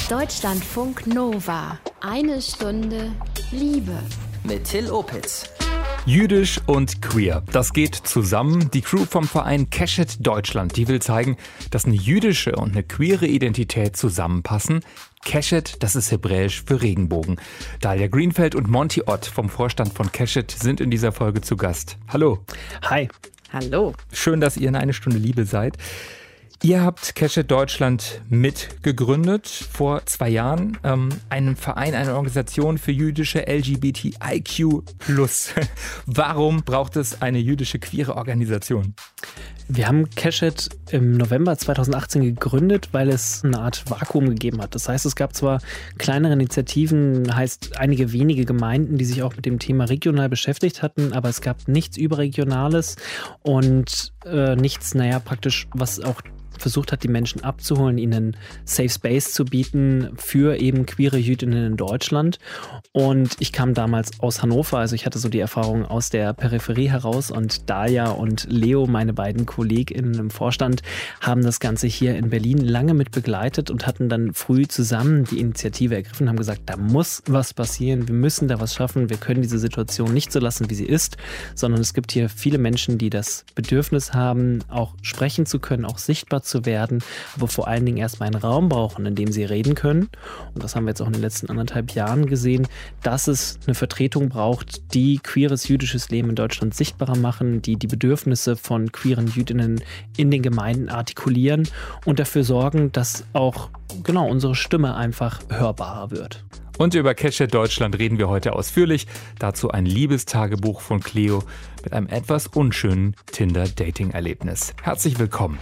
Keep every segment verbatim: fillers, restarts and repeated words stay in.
Deutschlandfunk Nova. Eine Stunde Liebe. Mit Till Opitz. Jüdisch und queer, das geht zusammen. Die Crew vom Verein Keshet Deutschland, die will zeigen, dass eine jüdische und eine queere Identität zusammenpassen. Keshet, das ist hebräisch für Regenbogen. Dalia Greenfeld und Monty Ott vom Vorstand von Keshet sind in dieser Folge zu Gast. Hallo. Hi. Hallo. Schön, dass ihr in eine Stunde Liebe seid. Ihr habt Keshet Deutschland mitgegründet vor zwei Jahren. Ähm, einen Verein, eine Organisation für jüdische L G B T I Q plus. Warum braucht es eine jüdische queere Organisation? Wir haben Keshet im November zweitausendachtzehn gegründet, weil es eine Art Vakuum gegeben hat. Das heißt, es gab zwar kleinere Initiativen, heißt einige wenige Gemeinden, die sich auch mit dem Thema regional beschäftigt hatten, aber es gab nichts Überregionales und äh, nichts, naja, praktisch, was auch versucht hat, die Menschen abzuholen, ihnen Safe Space zu bieten für eben queere Jüdinnen in Deutschland. Und ich kam damals aus Hannover, also ich hatte so die Erfahrung aus der Peripherie heraus und Dalia und Leo, meine beiden KollegInnen im Vorstand, haben das Ganze hier in Berlin lange mit begleitet und hatten dann früh zusammen die Initiative ergriffen, haben gesagt, da muss was passieren, wir müssen da was schaffen, wir können diese Situation nicht so lassen, wie sie ist, sondern es gibt hier viele Menschen, die das Bedürfnis haben, auch sprechen zu können, auch sichtbar zu werden, aber vor allen Dingen erstmal einen Raum brauchen, in dem sie reden können. Und das haben wir jetzt auch in den letzten anderthalb Jahren gesehen, dass es eine Vertretung braucht, die queeres jüdisches Leben in Deutschland sichtbarer machen, die die Bedürfnisse von queeren Jüdinnen in den Gemeinden artikulieren und dafür sorgen, dass auch genau unsere Stimme einfach hörbarer wird. Und über Keshet Deutschland reden wir heute ausführlich. Dazu ein Liebestagebuch von Cleo mit einem etwas unschönen Tinder-Dating-Erlebnis. Herzlich willkommen.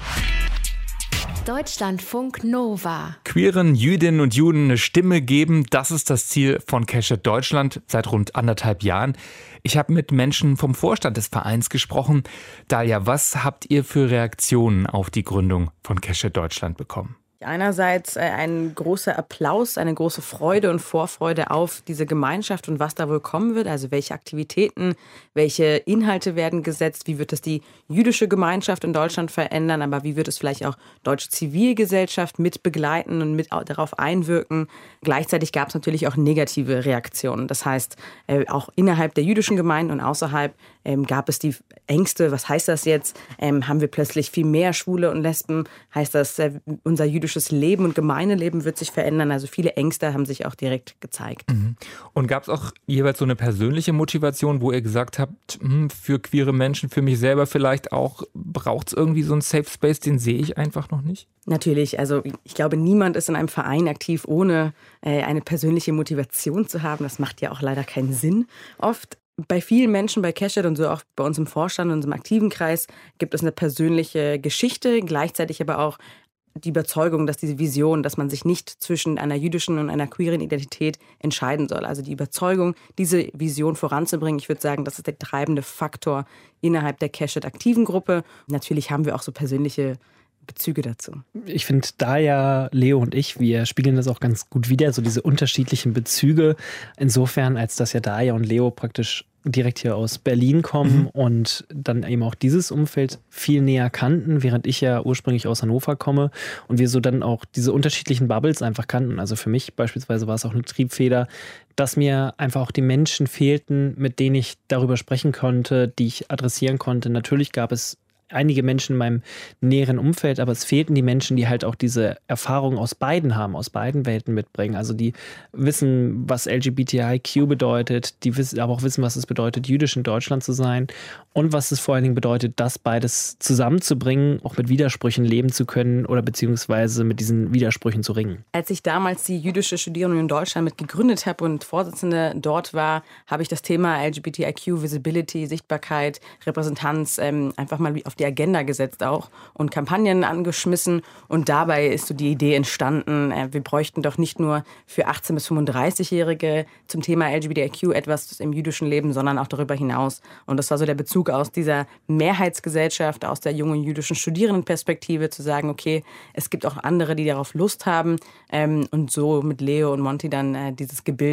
Deutschlandfunk Nova. Queeren Jüdinnen und Juden eine Stimme geben, das ist das Ziel von Keshet Deutschland seit rund anderthalb Jahren. Ich habe mit Menschen vom Vorstand des Vereins gesprochen. Dalia, was habt ihr für Reaktionen auf die Gründung von Keshet Deutschland bekommen? Einerseits ein großer Applaus, eine große Freude und Vorfreude auf diese Gemeinschaft und was da wohl kommen wird. Also welche Aktivitäten, welche Inhalte werden gesetzt, wie wird es die jüdische Gemeinschaft in Deutschland verändern, aber wie wird es vielleicht auch deutsche Zivilgesellschaft mit begleiten und mit darauf einwirken. Gleichzeitig gab es natürlich auch negative Reaktionen. Das heißt, auch innerhalb der jüdischen Gemeinden und außerhalb gab es die Ängste, was heißt das jetzt? Haben wir plötzlich viel mehr Schwule und Lesben? Heißt das, unser jüdisches Leben und Gemeindeleben wird sich verändern. Also viele Ängste haben sich auch direkt gezeigt. Mhm. Und gab es auch jeweils so eine persönliche Motivation, wo ihr gesagt habt, für queere Menschen, für mich selber vielleicht auch, braucht es irgendwie so einen Safe Space, den sehe ich einfach noch nicht? Natürlich, also ich glaube, niemand ist in einem Verein aktiv, ohne äh, eine persönliche Motivation zu haben. Das macht ja auch leider keinen Sinn oft. Bei vielen Menschen bei Keshet und so auch bei uns im Vorstand, in unserem aktiven Kreis, gibt es eine persönliche Geschichte, gleichzeitig aber auch die Überzeugung, dass diese Vision, dass man sich nicht zwischen einer jüdischen und einer queeren Identität entscheiden soll. Also die Überzeugung, diese Vision voranzubringen, ich würde sagen, das ist der treibende Faktor innerhalb der Keshet-aktiven Gruppe. Natürlich haben wir auch so persönliche Bezüge dazu. Ich finde, Dalia, Leo und ich, wir spiegeln das auch ganz gut wider, so diese unterschiedlichen Bezüge. Insofern, als dass ja Dalia und Leo praktisch direkt hier aus Berlin kommen mhm. und dann eben auch dieses Umfeld viel näher kannten, während ich ja ursprünglich aus Hannover komme und wir so dann auch diese unterschiedlichen Bubbles einfach kannten. Also für mich beispielsweise war es auch eine Triebfeder, dass mir einfach auch die Menschen fehlten, mit denen ich darüber sprechen konnte, die ich adressieren konnte. Natürlich gab es einige Menschen in meinem näheren Umfeld, aber es fehlten die Menschen, die halt auch diese Erfahrung aus beiden haben, aus beiden Welten mitbringen. Also die wissen, was L G B T I Q bedeutet, die wissen, aber auch wissen, was es bedeutet, jüdisch in Deutschland zu sein und was es vor allen Dingen bedeutet, das beides zusammenzubringen, auch mit Widersprüchen leben zu können oder beziehungsweise mit diesen Widersprüchen zu ringen. Als ich damals die jüdische Studierende in Deutschland mit gegründet habe und Vorsitzende dort war, habe ich das Thema L G B T I Q, Visibility, Sichtbarkeit, Repräsentanz ähm, einfach mal auf die Agenda gesetzt auch und Kampagnen angeschmissen. Und dabei ist so die Idee entstanden, äh, wir bräuchten doch nicht nur für achtzehn- bis fünfunddreißigjährige zum Thema L G B T I Q etwas im jüdischen Leben, sondern auch darüber hinaus. Und das war so der Bezug aus dieser Mehrheitsgesellschaft, aus der jungen jüdischen Studierendenperspektive, zu sagen, okay, es gibt auch andere, die darauf Lust haben. Ähm, und so mit Leo und Monty dann äh, dieses Gebilde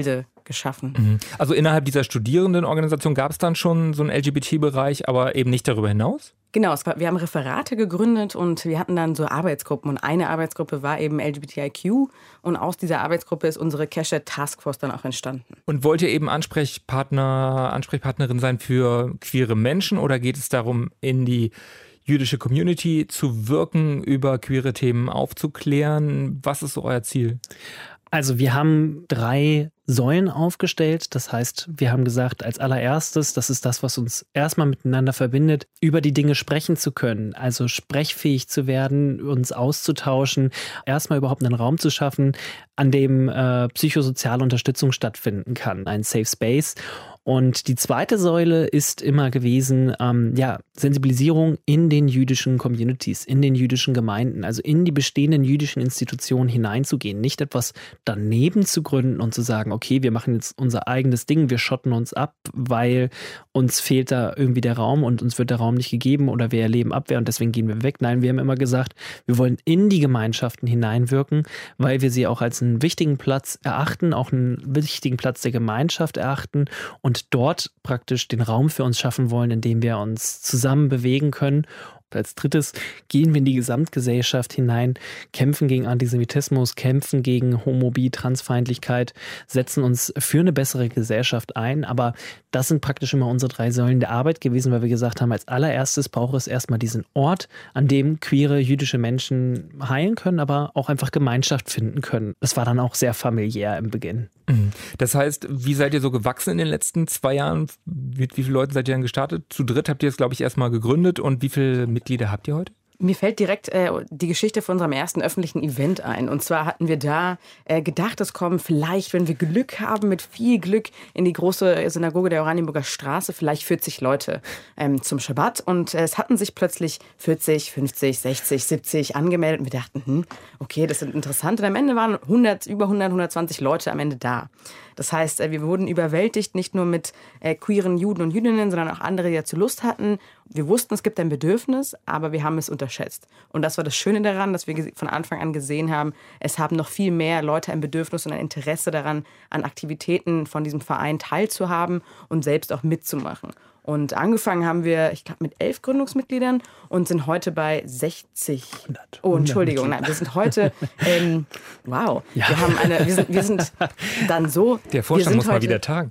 geschaffen. Also innerhalb dieser Studierendenorganisation gab es dann schon so einen L G B T-Bereich, aber eben nicht darüber hinaus? Genau, es war, wir haben Referate gegründet und wir hatten dann so Arbeitsgruppen. Und eine Arbeitsgruppe war eben L G B T I Q. Und aus dieser Arbeitsgruppe ist unsere Keshet Taskforce dann auch entstanden. Und wollt ihr eben Ansprechpartner, Ansprechpartnerin sein für queere Menschen oder geht es darum, in die jüdische Community zu wirken, über queere Themen aufzuklären? Was ist so euer Ziel? Also wir haben drei Säulen aufgestellt. Das heißt, wir haben gesagt, als allererstes, das ist das, was uns erstmal miteinander verbindet, über die Dinge sprechen zu können, also sprechfähig zu werden, uns auszutauschen, erstmal überhaupt einen Raum zu schaffen, an dem äh, psychosoziale Unterstützung stattfinden kann, ein Safe Space. Und die zweite Säule ist immer gewesen, ähm, ja, Sensibilisierung in den jüdischen Communities, in den jüdischen Gemeinden, also in die bestehenden jüdischen Institutionen hineinzugehen, nicht etwas daneben zu gründen und zu sagen, okay, wir machen jetzt unser eigenes Ding, wir schotten uns ab, weil uns fehlt da irgendwie der Raum und uns wird der Raum nicht gegeben oder wir erleben Abwehr und deswegen gehen wir weg. Nein, wir haben immer gesagt, wir wollen in die Gemeinschaften hineinwirken, weil wir sie auch als einen wichtigen Platz erachten, auch einen wichtigen Platz der Gemeinschaft erachten und und dort praktisch den Raum für uns schaffen wollen, in dem wir uns zusammen bewegen können. Und als drittes gehen wir in die Gesamtgesellschaft hinein, kämpfen gegen Antisemitismus, kämpfen gegen Homophobie, Transfeindlichkeit, setzen uns für eine bessere Gesellschaft ein. Aber das sind praktisch immer unsere drei Säulen der Arbeit gewesen, weil wir gesagt haben, als allererstes braucht es erstmal diesen Ort, an dem queere jüdische Menschen heilen können, aber auch einfach Gemeinschaft finden können. Das war dann auch sehr familiär im Beginn. Das heißt, wie seid ihr so gewachsen in den letzten zwei Jahren? Mit wie vielen Leuten seid ihr dann gestartet? Zu dritt habt ihr es, glaube ich, erstmal gegründet. Und wie viele Mitglieder habt ihr heute? Mir fällt direkt äh, die Geschichte von unserem ersten öffentlichen Event ein. Und zwar hatten wir da äh, gedacht, es kommen vielleicht, wenn wir Glück haben, mit viel Glück in die große Synagoge der Oranienburger Straße, vielleicht vierzig Leute ähm, zum Schabbat. Und äh, es hatten sich plötzlich vierzig, fünfzig, sechzig, siebzig angemeldet. Und wir dachten, hm, okay, das ist interessant. Und am Ende waren hundert, über hundert, hundertzwanzig Leute am Ende da. Das heißt, wir wurden überwältigt, nicht nur mit äh, queeren Juden und Jüdinnen, sondern auch andere, die dazu Lust hatten. Wir wussten, es gibt ein Bedürfnis, aber wir haben es unterschätzt. Und das war das Schöne daran, dass wir von Anfang an gesehen haben, es haben noch viel mehr Leute ein Bedürfnis und ein Interesse daran, an Aktivitäten von diesem Verein teilzuhaben und selbst auch mitzumachen. Und angefangen haben wir, ich glaube, mit elf Gründungsmitgliedern und sind heute bei sechzig. hundert. Oh, Entschuldigung, nein, wir sind heute, ähm, wow, ja. wir haben eine, wir sind, wir sind dann so. Der Vorstand muss heute, mal wieder tagen.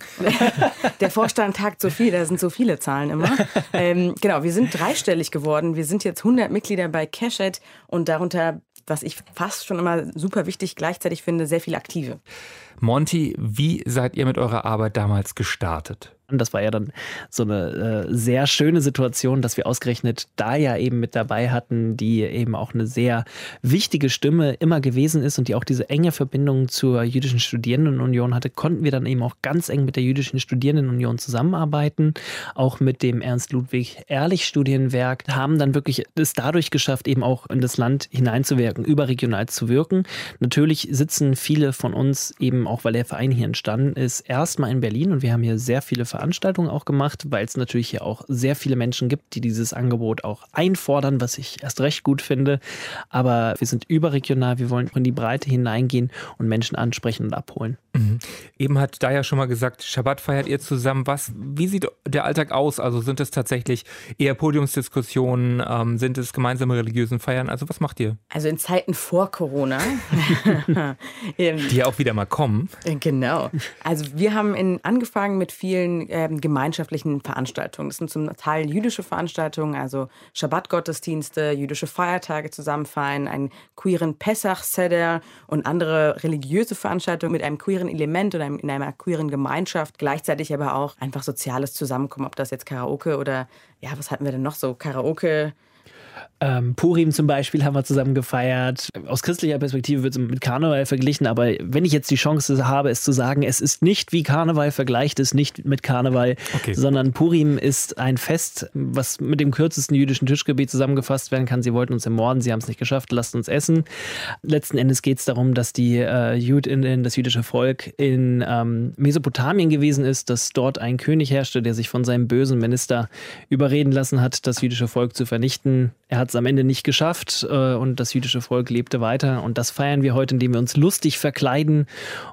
Der Vorstand tagt so viel, da sind so viele Zahlen immer. Ähm, genau, wir sind dreistellig geworden. Wir sind jetzt hundert Mitglieder bei Keshet und darunter, was ich fast schon immer super wichtig gleichzeitig finde, sehr viele Aktive. Monty, wie seid ihr mit eurer Arbeit damals gestartet? Das war ja dann so eine äh, sehr schöne Situation, dass wir ausgerechnet da ja eben mit dabei hatten, die eben auch eine sehr wichtige Stimme immer gewesen ist und die auch diese enge Verbindung zur Jüdischen Studierendenunion hatte, konnten wir dann eben auch ganz eng mit der Jüdischen Studierendenunion zusammenarbeiten, auch mit dem Ernst-Ludwig-Ehrlich-Studienwerk, haben dann wirklich es dadurch geschafft, eben auch in das Land hineinzuwirken, überregional zu wirken. Natürlich sitzen viele von uns eben, auch weil der Verein hier entstanden ist, erstmal in Berlin und wir haben hier sehr viele Veranstaltungen Veranstaltungen auch gemacht, weil es natürlich hier auch sehr viele Menschen gibt, die dieses Angebot auch einfordern, was ich erst recht gut finde. Aber wir sind überregional, wir wollen in die Breite hineingehen und Menschen ansprechen und abholen. Mhm. Eben hat Daya schon mal gesagt, Schabbat feiert ihr zusammen. Was, wie sieht der Alltag aus? Also sind es tatsächlich eher Podiumsdiskussionen, ähm, sind es gemeinsame religiösen Feiern? Also was macht ihr? Also in Zeiten vor Corona. Die ja auch wieder mal kommen. Genau. Also wir haben in, angefangen mit vielen ähm, gemeinschaftlichen Veranstaltungen. Das sind zum Teil jüdische Veranstaltungen, also Schabbat-Gottesdienste, jüdische Feiertage zusammen feiern, einen queeren Pesach-Seder und andere religiöse Veranstaltungen mit einem queeren Element oder in einer queeren Gemeinschaft. Gleichzeitig aber auch einfach soziales Zusammenkommen, ob das jetzt Karaoke oder, ja, was hatten wir denn noch so? Karaoke. Ähm, Purim zum Beispiel haben wir zusammen gefeiert. Aus christlicher Perspektive wird es mit Karneval verglichen, aber wenn ich jetzt die Chance habe, es zu sagen, es ist nicht wie Karneval, vergleicht es nicht mit Karneval, okay. sondern Purim ist ein Fest, was mit dem kürzesten jüdischen Tischgebet zusammengefasst werden kann. Sie wollten uns ermorden, sie haben es nicht geschafft, lasst uns essen. Letzten Endes geht es darum, dass die äh, Jüdinnen, das jüdische Volk in ähm, Mesopotamien gewesen ist, dass dort ein König herrschte, der sich von seinem bösen Minister überreden lassen hat, das jüdische Volk zu vernichten. er hat es am Ende nicht geschafft äh, und das jüdische Volk lebte weiter. Und das feiern wir heute, indem wir uns lustig verkleiden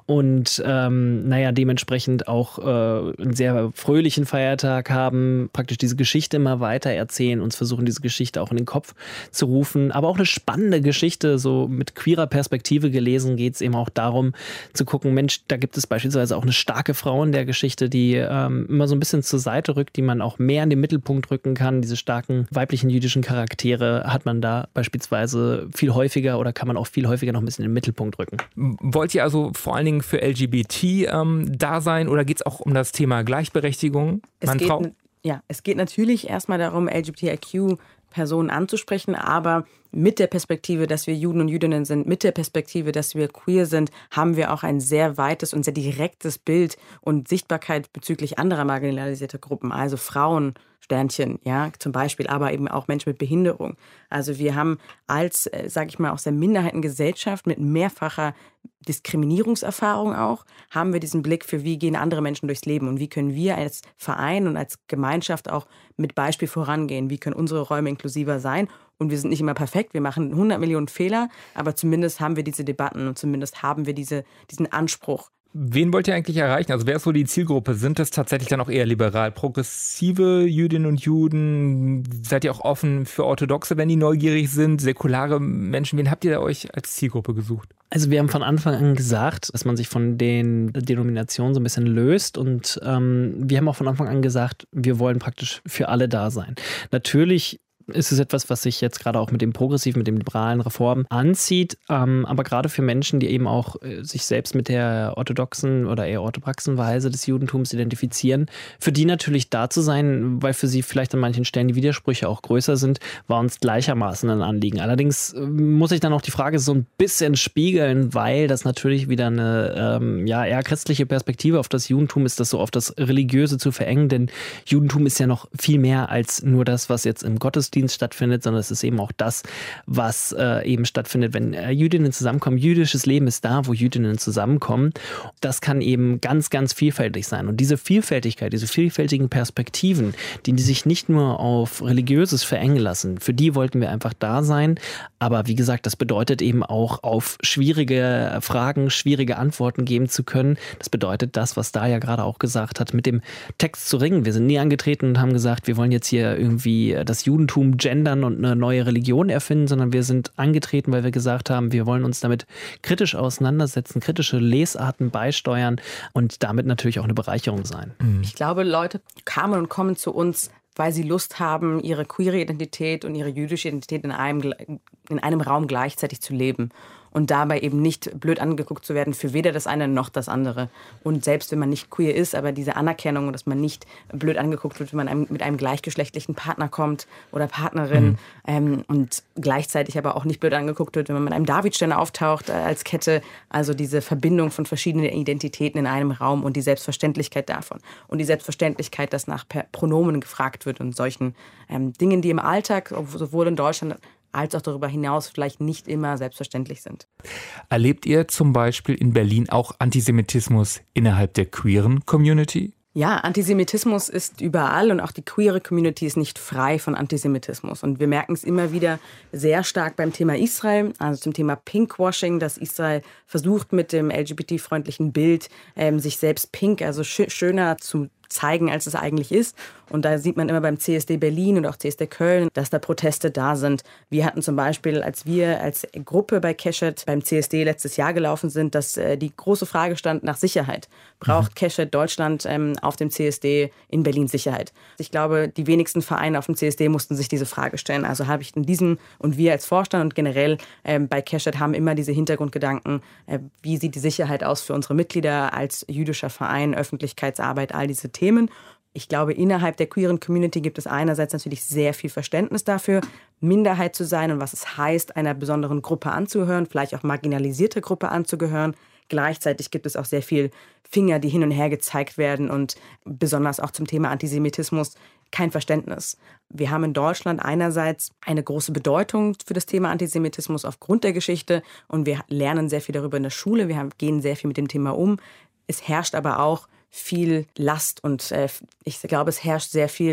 und ähm, naja, dementsprechend auch äh, einen sehr fröhlichen Feiertag haben, praktisch diese Geschichte immer weiter erzählen, uns versuchen, diese Geschichte auch in den Kopf zu rufen. Aber auch eine spannende Geschichte, so mit queerer Perspektive gelesen, geht es eben auch darum zu gucken, Mensch, da gibt es beispielsweise auch eine starke Frau in der Geschichte, die ähm, immer so ein bisschen zur Seite rückt, die man auch mehr in den Mittelpunkt rücken kann. Diese starken weiblichen jüdischen Charaktere hat man da beispielsweise viel häufiger oder kann man auch viel häufiger noch ein bisschen in den Mittelpunkt rücken. Wollt ihr also vor allen Dingen für L G B T ähm, da sein oder geht es auch um das Thema Gleichberechtigung? Es geht, ja, es geht natürlich erstmal darum, L G B T I Q-Personen anzusprechen, aber mit der Perspektive, dass wir Juden und Jüdinnen sind, mit der Perspektive, dass wir queer sind, haben wir auch ein sehr weites und sehr direktes Bild und Sichtbarkeit bezüglich anderer marginalisierter Gruppen, also Frauen, Sternchen, ja, zum Beispiel, aber eben auch Menschen mit Behinderung. Also wir haben als, äh, sage ich mal, aus der Minderheitengesellschaft mit mehrfacher Diskriminierungserfahrung auch, haben wir diesen Blick für, wie gehen andere Menschen durchs Leben und wie können wir als Verein und als Gemeinschaft auch mit Beispiel vorangehen, wie können unsere Räume inklusiver sein. Und wir sind nicht immer perfekt, wir machen hundert Millionen Fehler, aber zumindest haben wir diese Debatten und zumindest haben wir diese, diesen Anspruch. Wen wollt ihr eigentlich erreichen? Also wer ist so die Zielgruppe? Sind das tatsächlich dann auch eher liberal progressive Jüdinnen und Juden? Seid ihr auch offen für Orthodoxe, wenn die neugierig sind? Säkulare Menschen? Wen habt ihr da euch als Zielgruppe gesucht? Also wir haben von Anfang an gesagt, dass man sich von den Denominationen so ein bisschen löst und ähm, wir haben auch von Anfang an gesagt, wir wollen praktisch für alle da sein. Natürlich ist es etwas, was sich jetzt gerade auch mit dem progressiven, mit dem liberalen Reformen anzieht. Ähm, aber gerade für Menschen, die eben auch äh, sich selbst mit der orthodoxen oder eher orthopraxen Weise des Judentums identifizieren, für die natürlich da zu sein, weil für sie vielleicht an manchen Stellen die Widersprüche auch größer sind, war uns gleichermaßen ein Anliegen. Allerdings äh, muss ich dann auch die Frage so ein bisschen spiegeln, weil das natürlich wieder eine ähm, ja, eher christliche Perspektive auf das Judentum ist, das so auf das Religiöse zu verengen, denn Judentum ist ja noch viel mehr als nur das, was jetzt im Gottesdienst stattfindet, sondern es ist eben auch das, was äh, eben stattfindet, wenn äh, Jüdinnen zusammenkommen. Jüdisches Leben ist da, wo Jüdinnen zusammenkommen. Das kann eben ganz, ganz vielfältig sein. Und diese Vielfältigkeit, diese vielfältigen Perspektiven, die, die sich nicht nur auf Religiöses verengen lassen, für die wollten wir einfach da sein. Aber wie gesagt, das bedeutet eben auch, auf schwierige Fragen, schwierige Antworten geben zu können. Das bedeutet das, was da ja gerade auch gesagt hat, mit dem Text zu ringen. Wir sind nie angetreten und haben gesagt, wir wollen jetzt hier irgendwie das Judentum gendern und eine neue Religion erfinden, sondern wir sind angetreten, weil wir gesagt haben, wir wollen uns damit kritisch auseinandersetzen, kritische Lesarten beisteuern und damit natürlich auch eine Bereicherung sein. Ich glaube, Leute kamen und kommen zu uns, weil sie Lust haben, ihre queere Identität und ihre jüdische Identität in einem, in einem Raum gleichzeitig zu leben. Und dabei eben nicht blöd angeguckt zu werden für weder das eine noch das andere. Und selbst wenn man nicht queer ist, aber diese Anerkennung, dass man nicht blöd angeguckt wird, wenn man einem, mit einem gleichgeschlechtlichen Partner kommt oder Partnerin mhm. ähm, und gleichzeitig aber auch nicht blöd angeguckt wird, wenn man mit einem Davidstern auftaucht äh, als Kette. Also diese Verbindung von verschiedenen Identitäten in einem Raum und die Selbstverständlichkeit davon. Und die Selbstverständlichkeit, dass nach Pronomen gefragt wird und solchen ähm, Dingen, die im Alltag, sowohl in Deutschland als auch darüber hinaus vielleicht nicht immer selbstverständlich sind. Erlebt ihr zum Beispiel in Berlin auch Antisemitismus innerhalb der queeren Community? Ja, Antisemitismus ist überall und auch die queere Community ist nicht frei von Antisemitismus. Und wir merken es immer wieder sehr stark beim Thema Israel, also zum Thema Pinkwashing, dass Israel versucht mit dem L G B T-freundlichen Bild ähm, sich selbst pink, also sch- schöner zu zeigen, als es eigentlich ist. Und da sieht man immer beim C S D Berlin und auch C S D Köln, dass da Proteste da sind. Wir hatten zum Beispiel, als wir als Gruppe bei Keshet beim C S D letztes Jahr gelaufen sind, dass äh, die große Frage stand nach Sicherheit. Braucht Keshet Deutschland ähm, auf dem C S D in Berlin Sicherheit? Ich glaube, die wenigsten Vereine auf dem C S D mussten sich diese Frage stellen. Also habe ich in diesem und wir als Vorstand und generell ähm, bei Keshet haben immer diese Hintergrundgedanken, äh, wie sieht die Sicherheit aus für unsere Mitglieder als jüdischer Verein, Öffentlichkeitsarbeit, all diese Themen. Ich glaube, innerhalb der queeren Community gibt es einerseits natürlich sehr viel Verständnis dafür, Minderheit zu sein und was es heißt, einer besonderen Gruppe anzuhören, vielleicht auch marginalisierte Gruppe anzugehören. Gleichzeitig gibt es auch sehr viel Finger, die hin und her gezeigt werden und besonders auch zum Thema Antisemitismus kein Verständnis. Wir haben in Deutschland einerseits eine große Bedeutung für das Thema Antisemitismus aufgrund der Geschichte und wir lernen sehr viel darüber in der Schule, wir haben, gehen sehr viel mit dem Thema um. Es herrscht aber auch viel Last und äh, ich glaube, es herrscht sehr viel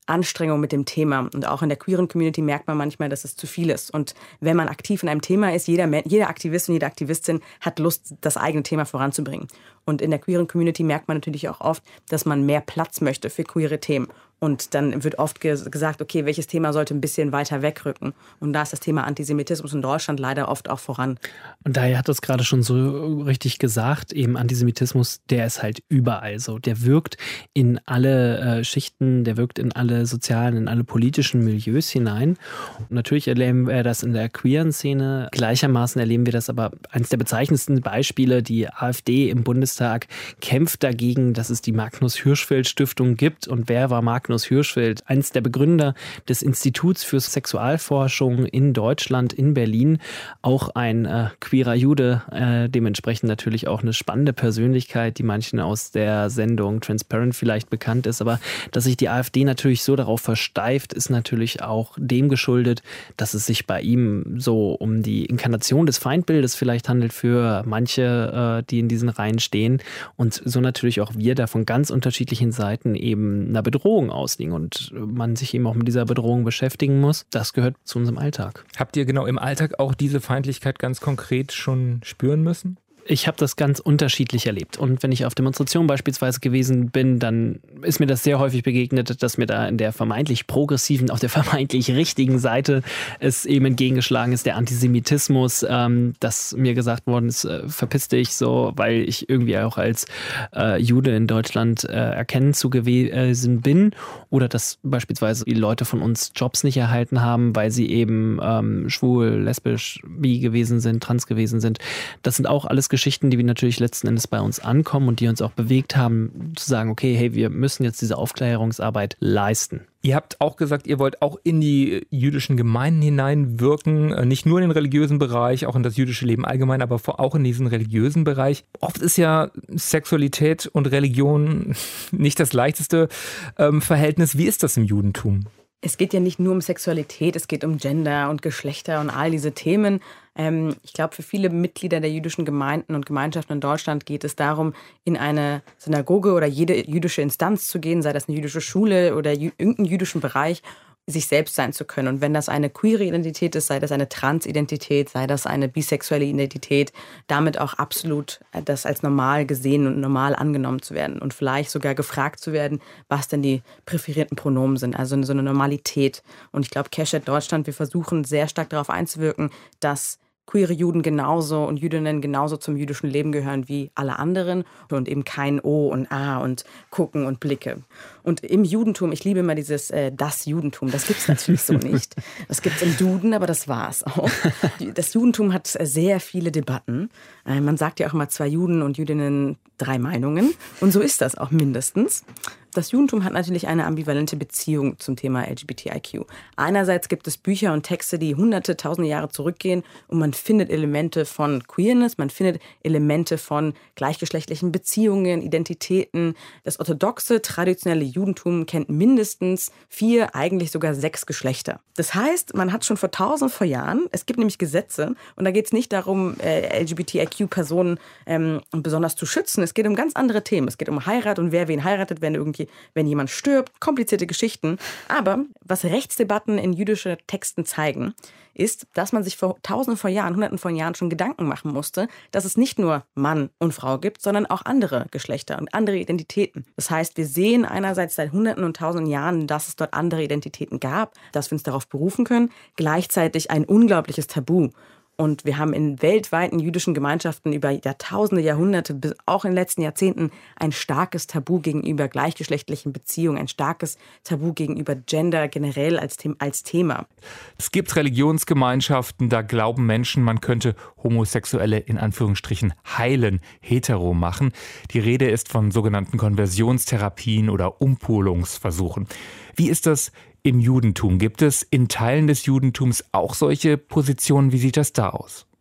Anstrengung mit dem Thema. Und auch in der queeren Community merkt man manchmal, dass es zu viel ist. Und wenn man aktiv in einem Thema ist, jeder, jeder Aktivist und jede Aktivistin hat Lust, das eigene Thema voranzubringen. Und in der queeren Community merkt man natürlich auch oft, dass man mehr Platz möchte für queere Themen. Und dann wird oft ge- gesagt, okay, welches Thema sollte ein bisschen weiter wegrücken. Und da ist das Thema Antisemitismus in Deutschland leider oft auch voran. Und daher hat das gerade schon so richtig gesagt, eben Antisemitismus, der ist halt überall so. Der wirkt in alle äh, Schichten, der wirkt in alle sozialen, in alle politischen Milieus hinein. Und natürlich erleben wir das in der queeren Szene. Gleichermaßen erleben wir das aber, eines der bezeichnendsten Beispiele, die AfD im Bundestag kämpft dagegen, dass es die Magnus-Hirschfeld-Stiftung gibt. Und wer war Magnus Hirschfeld, eines der Begründer des Instituts für Sexualforschung in Deutschland, in Berlin, auch ein äh, queerer Jude, äh, dementsprechend natürlich auch eine spannende Persönlichkeit, die manchen aus der Sendung Transparent vielleicht bekannt ist, aber dass sich die AfD natürlich so darauf versteift, ist natürlich auch dem geschuldet, dass es sich bei ihm so um die Inkarnation des Feindbildes vielleicht handelt für manche, äh, die in diesen Reihen stehen und so natürlich auch wir da von ganz unterschiedlichen Seiten eben einer Bedrohung ausliegen und man sich eben auch mit dieser Bedrohung beschäftigen muss. Das gehört zu unserem Alltag. Habt ihr genau im Alltag auch diese Feindlichkeit ganz konkret schon spüren müssen? Ich habe das ganz unterschiedlich erlebt. Und wenn ich auf Demonstrationen beispielsweise gewesen bin, dann ist mir das sehr häufig begegnet, dass mir da in der vermeintlich progressiven, auf der vermeintlich richtigen Seite es eben entgegengeschlagen ist, der Antisemitismus, ähm, dass mir gesagt worden ist, äh, verpiss dich so, weil ich irgendwie auch als äh, Jude in Deutschland äh, erkennen zu gewesen bin. Oder dass beispielsweise die Leute von uns Jobs nicht erhalten haben, weil sie eben ähm, schwul, lesbisch, bi gewesen sind, trans gewesen sind. Das sind auch alles Geschichten, die wir natürlich letzten Endes bei uns ankommen und die uns auch bewegt haben, zu sagen, okay, hey, wir müssen jetzt diese Aufklärungsarbeit leisten. Ihr habt auch gesagt, ihr wollt auch in die jüdischen Gemeinden hineinwirken, nicht nur in den religiösen Bereich, auch in das jüdische Leben allgemein, aber auch in diesen religiösen Bereich. Oft ist ja Sexualität und Religion nicht das leichteste ähm, Verhältnis. Wie ist das im Judentum? Es geht ja nicht nur um Sexualität, es geht um Gender und Geschlechter und all diese Themen. Ähm, ich glaube, für viele Mitglieder der jüdischen Gemeinden und Gemeinschaften in Deutschland geht es darum, in eine Synagoge oder jede jüdische Instanz zu gehen, sei das eine jüdische Schule oder jü- irgendeinen jüdischen Bereich, sich selbst sein zu können. Und wenn das eine queere Identität ist, sei das eine Transidentität, sei das eine bisexuelle Identität, damit auch absolut das als normal gesehen und normal angenommen zu werden und vielleicht sogar gefragt zu werden, was denn die präferierten Pronomen sind, also so eine Normalität. Und ich glaube, Keshet Deutschland, wir versuchen sehr stark darauf einzuwirken, dass queere Juden genauso und Jüdinnen genauso zum jüdischen Leben gehören wie alle anderen und eben kein O und A und Gucken und Blicke. Und im Judentum, ich liebe immer dieses äh, das Judentum, das gibt es natürlich so nicht. Das gibt es im Duden, aber das war es auch. Das Judentum hat sehr viele Debatten. Äh, man sagt ja auch immer zwei Juden und Jüdinnen, drei Meinungen. Und so ist das auch mindestens. Das Judentum hat natürlich eine ambivalente Beziehung zum Thema L G B T I Q. Einerseits gibt es Bücher und Texte, die hunderte, tausende Jahre zurückgehen und man findet Elemente von Queerness, man findet Elemente von gleichgeschlechtlichen Beziehungen, Identitäten. Das orthodoxe, traditionelle Judentum kennt mindestens vier, eigentlich sogar sechs Geschlechter. Das heißt, man hat schon vor tausend vor Jahren, es gibt nämlich Gesetze und da geht es nicht darum, äh, L G B T I Q-Personen ähm, besonders zu schützen. Es geht um ganz andere Themen. Es geht um Heirat und wer wen heiratet, wenn irgendwie wenn jemand stirbt, komplizierte Geschichten. Aber was Rechtsdebatten in jüdischen Texten zeigen, ist, dass man sich vor tausenden von Jahren, hunderten von Jahren schon Gedanken machen musste, dass es nicht nur Mann und Frau gibt, sondern auch andere Geschlechter und andere Identitäten. Das heißt, wir sehen einerseits seit hunderten und tausenden Jahren, dass es dort andere Identitäten gab, dass wir uns darauf berufen können, gleichzeitig ein unglaubliches Tabu. Und wir haben in weltweiten jüdischen Gemeinschaften über Jahrtausende, Jahrhunderte, bis auch in den letzten Jahrzehnten ein starkes Tabu gegenüber gleichgeschlechtlichen Beziehungen, ein starkes Tabu gegenüber Gender generell als, The- als Thema. Es gibt Religionsgemeinschaften, da glauben Menschen, man könnte Homosexuelle in Anführungsstrichen heilen, hetero machen. Die Rede ist von sogenannten Konversionstherapien oder Umpolungsversuchen. Wie ist das im Judentum? Gibt es in Teilen des Judentums auch solche Positionen? Wie sieht das da aus?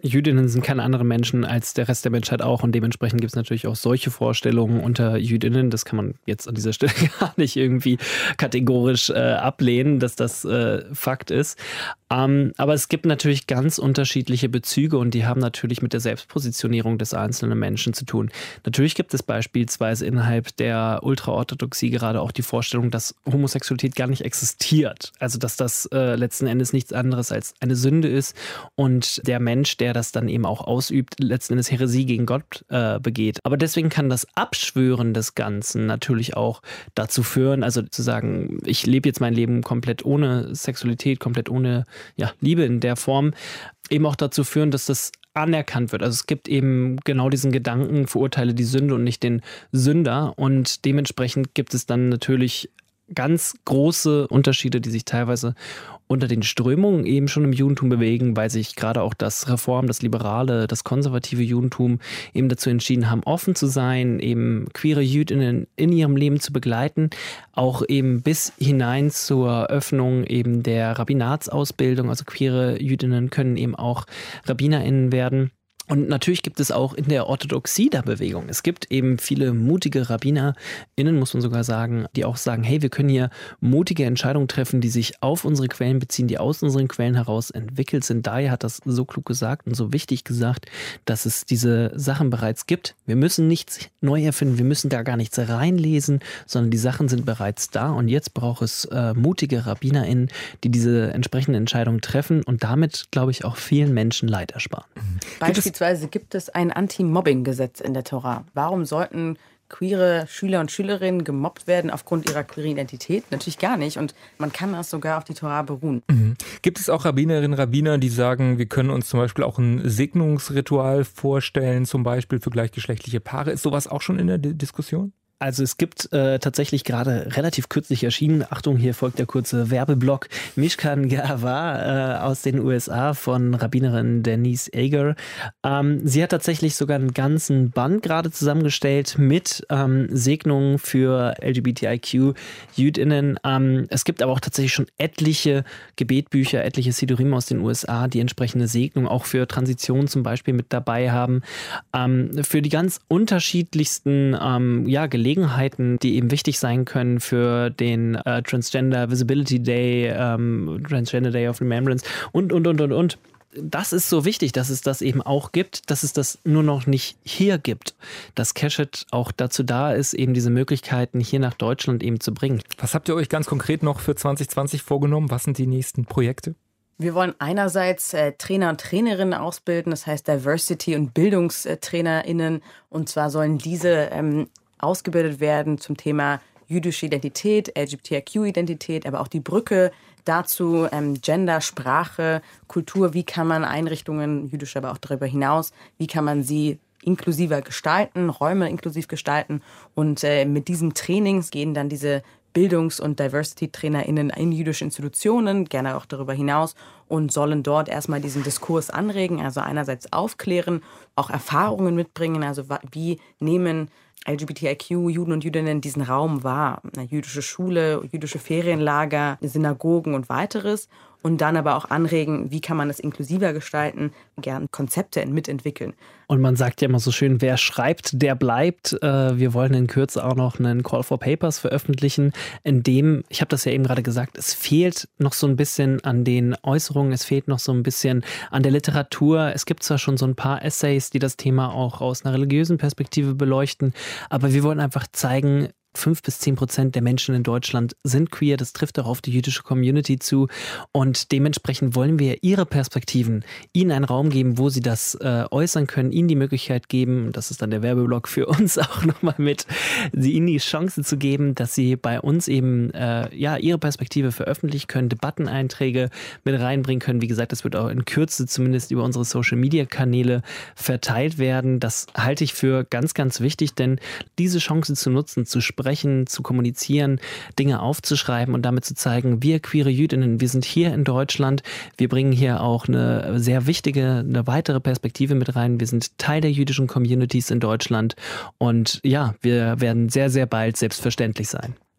Jüdinnen sind keine anderen Menschen als der Rest der Menschheit auch und dementsprechend gibt es natürlich auch solche Vorstellungen unter Jüdinnen. Das kann man jetzt an dieser Stelle gar nicht irgendwie kategorisch äh, ablehnen, dass das äh, Fakt ist. Ähm, aber es gibt natürlich ganz unterschiedliche Bezüge und die haben natürlich mit der Selbstpositionierung des einzelnen Menschen zu tun. Natürlich gibt es beispielsweise innerhalb der Ultraorthodoxie gerade auch die Vorstellung, dass Homosexualität gar nicht existiert. Also dass das äh, letzten Endes nichts anderes als eine Sünde ist und der Mensch, der das dann eben auch ausübt, letzten Endes Häresie gegen Gott äh, begeht. Aber deswegen kann das Abschwören des Ganzen natürlich auch dazu führen, also zu sagen, ich lebe jetzt mein Leben komplett ohne Sexualität, komplett ohne ja, Liebe in der Form, eben auch dazu führen, dass das anerkannt wird. Also es gibt eben genau diesen Gedanken, verurteile die Sünde und nicht den Sünder und dementsprechend gibt es dann natürlich ganz große Unterschiede, die sich teilweise unter den Strömungen eben schon im Judentum bewegen, weil sich gerade auch das Reform, das liberale, das konservative Judentum eben dazu entschieden haben, offen zu sein, eben queere Jüdinnen in ihrem Leben zu begleiten, auch eben bis hinein zur Öffnung eben der Rabbinatsausbildung. Also queere Jüdinnen können eben auch RabbinerInnen werden. Und natürlich gibt es auch in der Orthodoxie der Bewegung. Es gibt eben viele mutige RabbinerInnen, muss man sogar sagen, die auch sagen, hey, wir können hier mutige Entscheidungen treffen, die sich auf unsere Quellen beziehen, die aus unseren Quellen heraus entwickelt sind. Daher hat das so klug gesagt und so wichtig gesagt, dass es diese Sachen bereits gibt. Wir müssen nichts neu erfinden, wir müssen da gar nichts reinlesen, sondern die Sachen sind bereits da. Und jetzt braucht es äh, mutige RabbinerInnen, die diese entsprechenden Entscheidungen treffen und damit, glaube ich, auch vielen Menschen Leid ersparen. Beispielsweise gibt es ein Anti-Mobbing-Gesetz in der Tora. Warum sollten queere Schüler und Schülerinnen gemobbt werden aufgrund ihrer queeren Identität? Natürlich gar nicht. Und man kann das sogar auf die Tora beruhen. Mhm. Gibt es auch Rabbinerinnen, Rabbiner, die sagen, wir können uns zum Beispiel auch ein Segnungsritual vorstellen, zum Beispiel für gleichgeschlechtliche Paare? Ist sowas auch schon in der D- Diskussion? Also es gibt äh, tatsächlich gerade relativ kürzlich erschienen, Achtung, hier folgt der kurze Werbeblock, Mishkan Ge'ava äh, aus den U S A von Rabbinerin Denise Ager. Ähm, sie hat tatsächlich sogar einen ganzen Band gerade zusammengestellt mit ähm, Segnungen für L G B T I Q-JüdInnen. Ähm, es gibt aber auch tatsächlich schon etliche Gebetbücher, etliche Sidurim aus den U S A, die entsprechende Segnung auch für Transition zum Beispiel mit dabei haben. Ähm, für die ganz unterschiedlichsten ähm, ja, Gelegenheiten, die eben wichtig sein können für den äh, Transgender Visibility Day, ähm, Transgender Day of Remembrance und, und, und, und, und. Das ist so wichtig, dass es das eben auch gibt, dass es das nur noch nicht hier gibt. Dass Keshet auch dazu da ist, eben diese Möglichkeiten hier nach Deutschland eben zu bringen. Was habt ihr euch ganz konkret noch für zwanzig zwanzig vorgenommen? Was sind die nächsten Projekte? Wir wollen einerseits äh, Trainer und Trainerinnen ausbilden, das heißt Diversity- und BildungstrainerInnen. Und zwar sollen diese ähm, ausgebildet werden zum Thema jüdische Identität, L G B T I Q-Identität, aber auch die Brücke dazu, ähm, Gender, Sprache, Kultur, wie kann man Einrichtungen, jüdisch, aber auch darüber hinaus, wie kann man sie inklusiver gestalten, Räume inklusiv gestalten. Und äh, mit diesem Trainings gehen dann diese Bildungs- und Diversity-TrainerInnen in jüdische Institutionen, gerne auch darüber hinaus, und sollen dort erstmal diesen Diskurs anregen, also einerseits aufklären, auch Erfahrungen mitbringen, also wie nehmen L G B T I Q-Juden und Jüdinnen diesen Raum wahr, eine jüdische Schule, jüdische Ferienlager, Synagogen und weiteres. Und dann aber auch anregen, wie kann man das inklusiver gestalten, gern Konzepte mitentwickeln. Und man sagt ja immer so schön, wer schreibt, der bleibt. Wir wollen in Kürze auch noch einen Call for Papers veröffentlichen, in dem, ich habe das ja eben gerade gesagt, es fehlt noch so ein bisschen an den Äußerungen, es fehlt noch so ein bisschen an der Literatur. Es gibt zwar schon so ein paar Essays, die das Thema auch aus einer religiösen Perspektive beleuchten, aber wir wollen einfach zeigen, Fünf bis zehn Prozent der Menschen in Deutschland sind queer. Das trifft auch auf die jüdische Community zu. Und dementsprechend wollen wir ihre Perspektiven, ihnen einen Raum geben, wo sie das äh, äußern können, ihnen die Möglichkeit geben, das ist dann der Werbeblock für uns auch nochmal mit, sie ihnen die Chance zu geben, dass sie bei uns eben äh, ja ihre Perspektive veröffentlichen können, Debatteneinträge mit reinbringen können. Wie gesagt, das wird auch in Kürze zumindest über unsere Social-Media-Kanäle verteilt werden. Das halte ich für ganz, ganz wichtig, denn diese Chance zu nutzen, zu sprechen, sprechen, zu kommunizieren, Dinge aufzuschreiben und damit zu zeigen, wir queere Jüdinnen, wir sind hier in Deutschland, wir bringen hier auch eine sehr wichtige, eine weitere Perspektive mit rein, wir sind Teil der jüdischen Communities in Deutschland und ja, wir werden sehr, sehr bald selbstverständlich sein.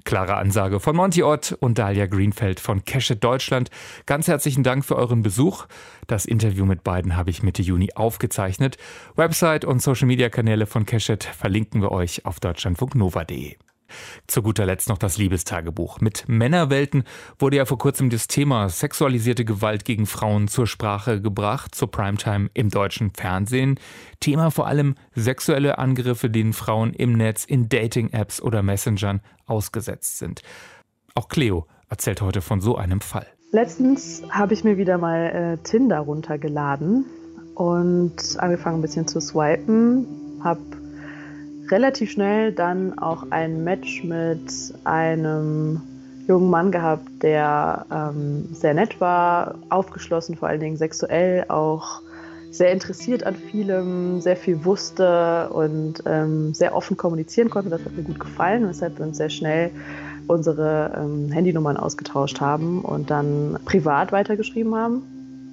Klare Ansage von Monty Ott und Dalia Greenfeld von Cashit Deutschland. Ganz herzlichen Dank für euren Besuch. Das Interview mit beiden habe ich Mitte Juni aufgezeichnet. Website und Social-Media-Kanäle von Cashit verlinken wir euch auf deutschlandfunk nova punkt de. Zu guter Letzt noch das Liebestagebuch. Mit Männerwelten wurde ja vor kurzem das Thema sexualisierte Gewalt gegen Frauen zur Sprache gebracht, zur Primetime im deutschen Fernsehen. Thema vor allem sexuelle Angriffe, denen Frauen im Netz, in Dating-Apps oder Messengern ausgesetzt sind. Auch Cleo erzählt heute von so einem Fall. Letztens habe ich mir wieder mal äh, Tinder runtergeladen und angefangen ein bisschen zu swipen, habe relativ schnell dann auch ein Match mit einem jungen Mann gehabt, der ähm, sehr nett war, aufgeschlossen, vor allen Dingen sexuell, auch sehr interessiert an vielem, sehr viel wusste und ähm, sehr offen kommunizieren konnte. Das hat mir gut gefallen, weshalb wir uns sehr schnell unsere ähm, Handynummern ausgetauscht haben und dann privat weitergeschrieben haben.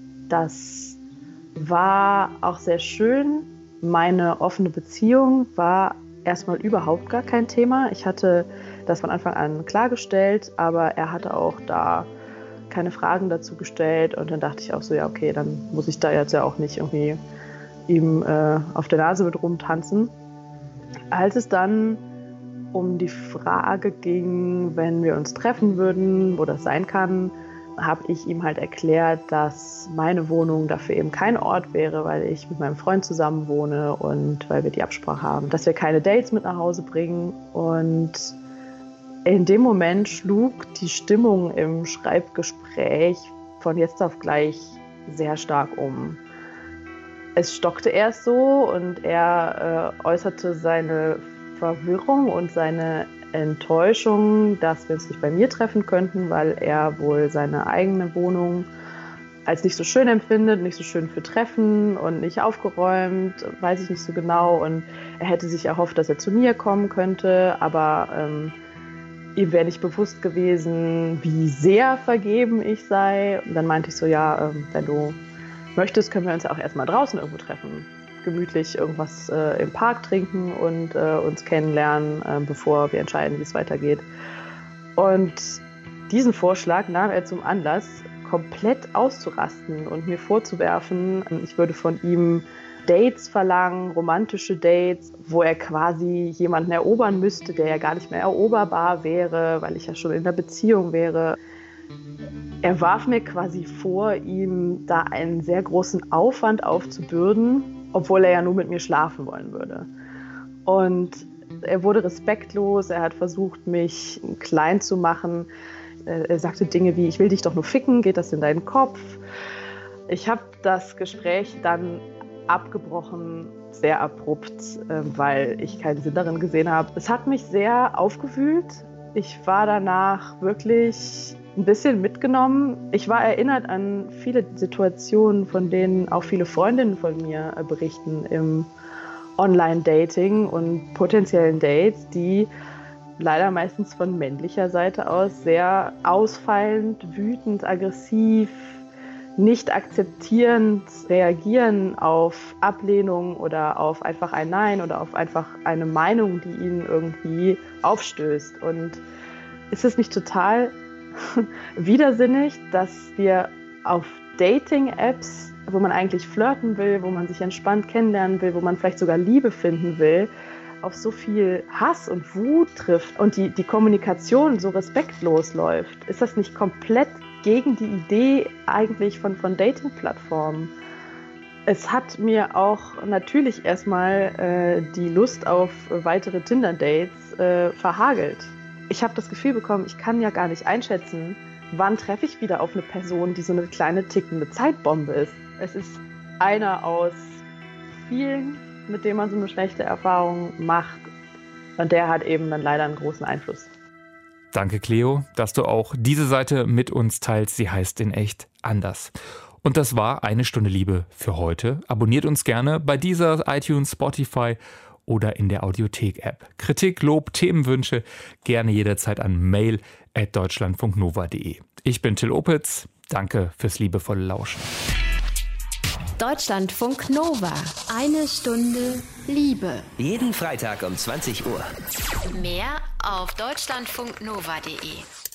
Das war auch sehr schön. Meine offene Beziehung war erstmal überhaupt gar kein Thema. Ich hatte das von Anfang an klargestellt, aber er hatte auch da keine Fragen dazu gestellt und dann dachte ich auch so, ja okay, dann muss ich da jetzt ja auch nicht irgendwie ihm äh, auf der Nase mit rumtanzen. Als es dann um die Frage ging, wenn wir uns treffen würden, wo das sein kann, habe ich ihm halt erklärt, dass meine Wohnung dafür eben kein Ort wäre, weil ich mit meinem Freund zusammen wohne und weil wir die Absprache haben, dass wir keine Dates mit nach Hause bringen. Und in dem Moment schlug die Stimmung im Schreibgespräch von jetzt auf gleich sehr stark um. Es stockte erst so und er äh, äußerte seine Verwirrung und seine Enttäuschung, dass wir uns nicht bei mir treffen könnten, weil er wohl seine eigene Wohnung als nicht so schön empfindet, nicht so schön für Treffen und nicht aufgeräumt, weiß ich nicht so genau. Und er hätte sich erhofft, dass er zu mir kommen könnte, aber ähm, ihm wäre nicht bewusst gewesen, wie sehr vergeben ich sei. Und dann meinte ich so, ja, ähm, wenn du möchtest, können wir uns ja auch erstmal draußen irgendwo treffen. Gemütlich irgendwas äh, im Park trinken und äh, uns kennenlernen, äh, bevor wir entscheiden, wie es weitergeht. Und diesen Vorschlag nahm er zum Anlass, komplett auszurasten und mir vorzuwerfen, ich würde von ihm Dates verlangen, romantische Dates, wo er quasi jemanden erobern müsste, der ja gar nicht mehr eroberbar wäre, weil ich ja schon in einer Beziehung wäre. Er warf mir quasi vor, ihm da einen sehr großen Aufwand aufzubürden, obwohl er ja nur mit mir schlafen wollen würde. Und er wurde respektlos, er hat versucht, mich klein zu machen. Er sagte Dinge wie, ich will dich doch nur ficken, geht das in deinen Kopf? Ich habe das Gespräch dann abgebrochen, sehr abrupt, weil ich keinen Sinn darin gesehen habe. Es hat mich sehr aufgewühlt. Ich war danach wirklich ein bisschen mitgenommen. Ich war erinnert an viele Situationen, von denen auch viele Freundinnen von mir berichten im Online-Dating und potenziellen Dates, die leider meistens von männlicher Seite aus sehr ausfallend, wütend, aggressiv, nicht akzeptierend reagieren auf Ablehnung oder auf einfach ein Nein oder auf einfach eine Meinung, die ihnen irgendwie aufstößt. Und ist es nicht total widersinnig, dass wir auf Dating-Apps, wo man eigentlich flirten will, wo man sich entspannt kennenlernen will, wo man vielleicht sogar Liebe finden will, auf so viel Hass und Wut trifft und die, die Kommunikation so respektlos läuft? Ist das nicht komplett gegen die Idee eigentlich von, von Dating-Plattformen? Es hat mir auch natürlich erstmal äh, die Lust auf weitere Tinder-Dates äh, verhagelt. Ich habe das Gefühl bekommen, ich kann ja gar nicht einschätzen, wann treffe ich wieder auf eine Person, die so eine kleine tickende Zeitbombe ist. Es ist einer aus vielen, mit dem man so eine schlechte Erfahrung macht. Und der hat eben dann leider einen großen Einfluss. Danke, Cleo, dass du auch diese Seite mit uns teilst. Sie heißt in echt anders. Und das war Eine Stunde Liebe für heute. Abonniert uns gerne bei dieser, iTunes, Spotify oder in der Audiothek-App. Kritik, Lob, Themenwünsche gerne jederzeit an mail at deutschlandfunk nova punkt de. Ich bin Till Opitz. Danke fürs liebevolle Lauschen. Deutschlandfunk Nova. Eine Stunde Liebe. Jeden Freitag um zwanzig Uhr. Mehr auf deutschlandfunknova punkt de.